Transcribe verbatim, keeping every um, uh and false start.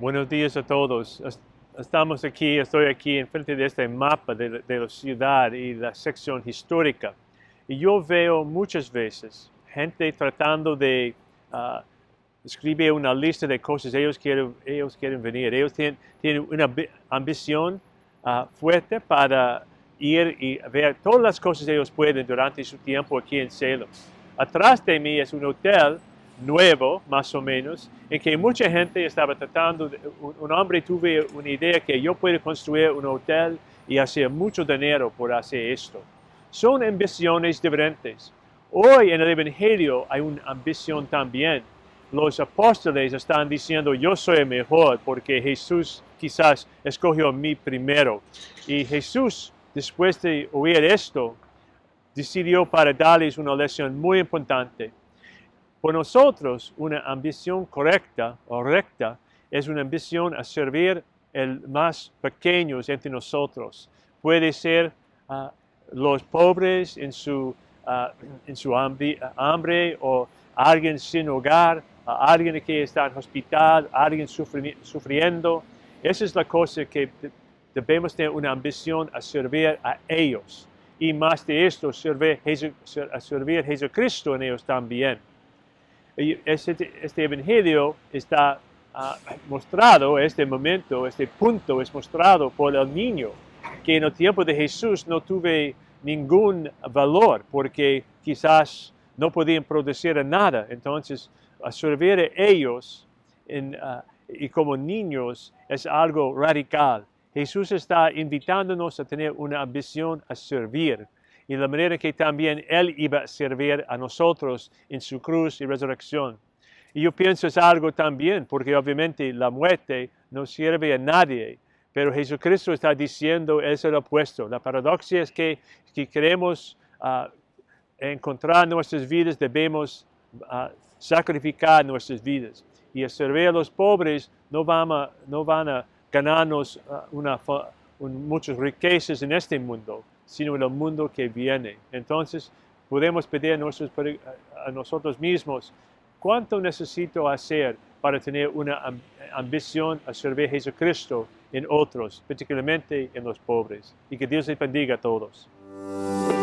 Buenos días a todos. Es- Estamos aquí, estoy aquí enfrente de este mapa de, de la ciudad y la sección histórica. Y yo veo muchas veces gente tratando de ah, escribir una lista de cosas. Ellos quieren, ellos quieren venir. Ellos tienen, tienen una ambi- ambición ah, fuerte para ir y ver todas las cosas que ellos pueden durante su tiempo aquí en Salem. Atrás de mí es un hotel nuevo, más o menos, en que mucha gente estaba tratando, de, un, un, hombre tuve una idea que yo puedo construir un hotel y hacer mucho dinero por hacer esto. Son ambiciones diferentes. Hoy en el Evangelio hay una ambición también. Los apóstoles están diciendo, yo soy el mejor porque Jesús quizás escogió a mí primero. Y Jesús, después de oír esto, decidió para darles una lección muy importante. Por nosotros, una ambición correcta o recta es una ambición a servir el más pequeños entre nosotros. Puede ser uh, los pobres en su, uh, en su hambre, hambre o alguien sin hogar, uh, alguien que está en hospital, alguien sufri sufriendo. Esa es la cosa que debemos tener una ambición a servir a ellos. Y más de esto, servir, a servir a Jesucristo en ellos también. Este, este evangelio está uh, mostrado, este momento, este punto es mostrado por el niño, que en el tiempo de Jesús no tuve ningún valor, porque quizás no podían producir nada. Entonces, a servir a ellos en, uh, y como niños es algo radical. Jesús está invitándonos a tener una ambición a servir. Y la manera que también Él iba a servir a nosotros en su cruz y resurrección. Y yo pienso es algo también, porque obviamente la muerte no sirve a nadie, pero Jesucristo está diciendo es el opuesto. La paradoxia es que si queremos uh, encontrar nuestras vidas, debemos uh, sacrificar nuestras vidas. Y a servir a los pobres no van a, no van a ganarnos uh, una, un, muchas riquezas en este mundo, sino en el mundo que viene. Entonces, podemos pedir a, nuestros, a nosotros mismos, ¿cuánto necesito hacer para tener una ambición a servir a Jesucristo en otros, particularmente en los pobres? Y que Dios les bendiga a todos.